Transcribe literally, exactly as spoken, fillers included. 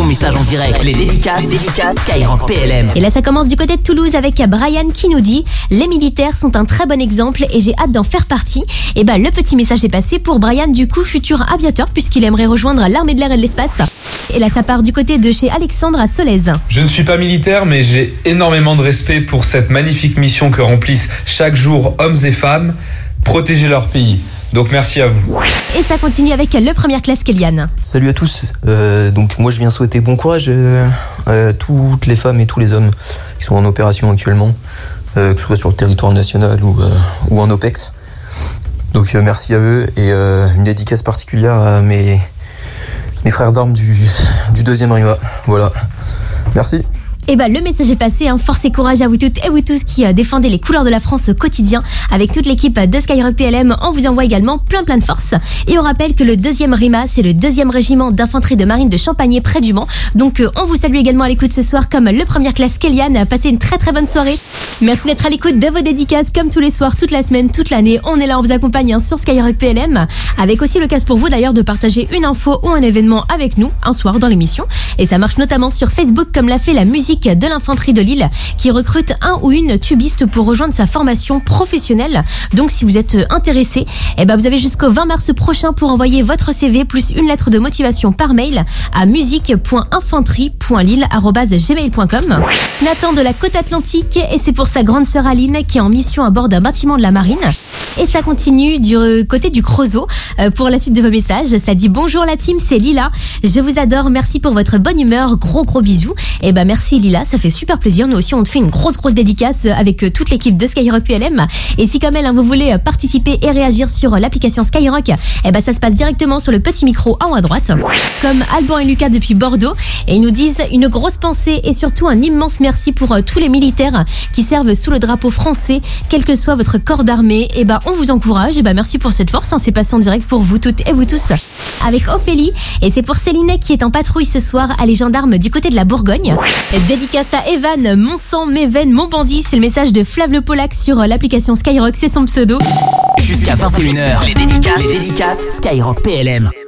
ton message en direct. Les dédicaces, les dédicaces Skyrock P L M. Et là ça commence du côté de Toulouse avec Brian qui nous dit « Les militaires sont un très bon exemple et j'ai hâte d'en faire partie ». Et bah le petit message est passé pour Brian, du coup futur aviateur, puisqu'il aimerait rejoindre l'armée de l'air et de l'espace. Et là ça part du côté de chez Alexandre à Solèze. Je ne suis pas militaire, mais j'ai énormément de respect pour cette magnifique mission que remplissent chaque jour hommes et femmes, protéger leur pays. Donc merci à vous. Et ça continue avec le première classe Kéliane. Salut à tous, euh, donc moi je viens souhaiter bon courage euh, à toutes les femmes et tous les hommes qui sont en opération actuellement, euh, que ce soit sur le territoire national ou, euh, ou en OPEX. Donc euh, merci à eux et euh, une dédicace particulière à mes, mes frères d'armes du, du deuxième RIMA. Voilà, merci. Et bah le message est passé, hein. Force et courage à vous toutes et vous tous qui euh, défendez les couleurs de la France au quotidien. Avec toute l'équipe de Skyrock P L M, on vous envoie également plein plein de force. Et on rappelle que le deuxième RIMA, c'est le deuxième régiment d'infanterie de marine de Champagné près du Mans. Donc euh, on vous salue également à l'écoute ce soir comme le première classe Kéliane. Passez une très très bonne soirée. Merci d'être à l'écoute de vos dédicaces comme tous les soirs, toute la semaine, toute l'année. On est là, on vous accompagne hein, sur Skyrock P L M. Avec aussi l'occasion pour vous d'ailleurs de partager une info ou un événement avec nous un soir dans l'émission. Et ça marche notamment sur Facebook comme l'a fait la musique de l'infanterie de Lille qui recrute un ou une tubiste pour rejoindre sa formation professionnelle. Donc si vous êtes intéressé, eh ben vous avez jusqu'au vingt mars prochain pour envoyer votre C V plus une lettre de motivation par mail à musique point infanterie point lille arobase gmail point com. Nathan de la côte atlantique et c'est pour sa grande sœur Aline qui est en mission à bord d'un bâtiment de la marine. Et ça continue du côté du Creusot euh, pour la suite de vos messages. Ça dit bonjour la team, c'est Lila. Je vous adore, merci pour votre bonne humeur. Gros gros bisous. Et ben merci Lila, ça fait super plaisir. Nous aussi on te fait une grosse grosse dédicace avec toute l'équipe de Skyrock P L M. Et si comme elle hein, vous voulez participer et réagir sur l'application Skyrock, et ben ça se passe directement sur le petit micro en haut à droite. Comme Alban et Lucas depuis Bordeaux. Et ils nous disent une grosse pensée et surtout un immense merci pour euh, tous les militaires qui servent sous le drapeau français, quel que soit votre corps d'armée. Et ben on vous encourage. Et ben merci pour cette force. Hein, c'est passé en direct pour vous toutes et vous tous. Avec Ophélie. Et c'est pour Céline qui est en patrouille ce soir à les gendarmes du côté de la Bourgogne. Dédicace à Evan, mon sang, mes veines, mon bandit. C'est le message de Flav le Polac sur l'application Skyrock. C'est son pseudo. Jusqu'à vingt et une heures, les dédicaces, les dédicaces Skyrock P L M.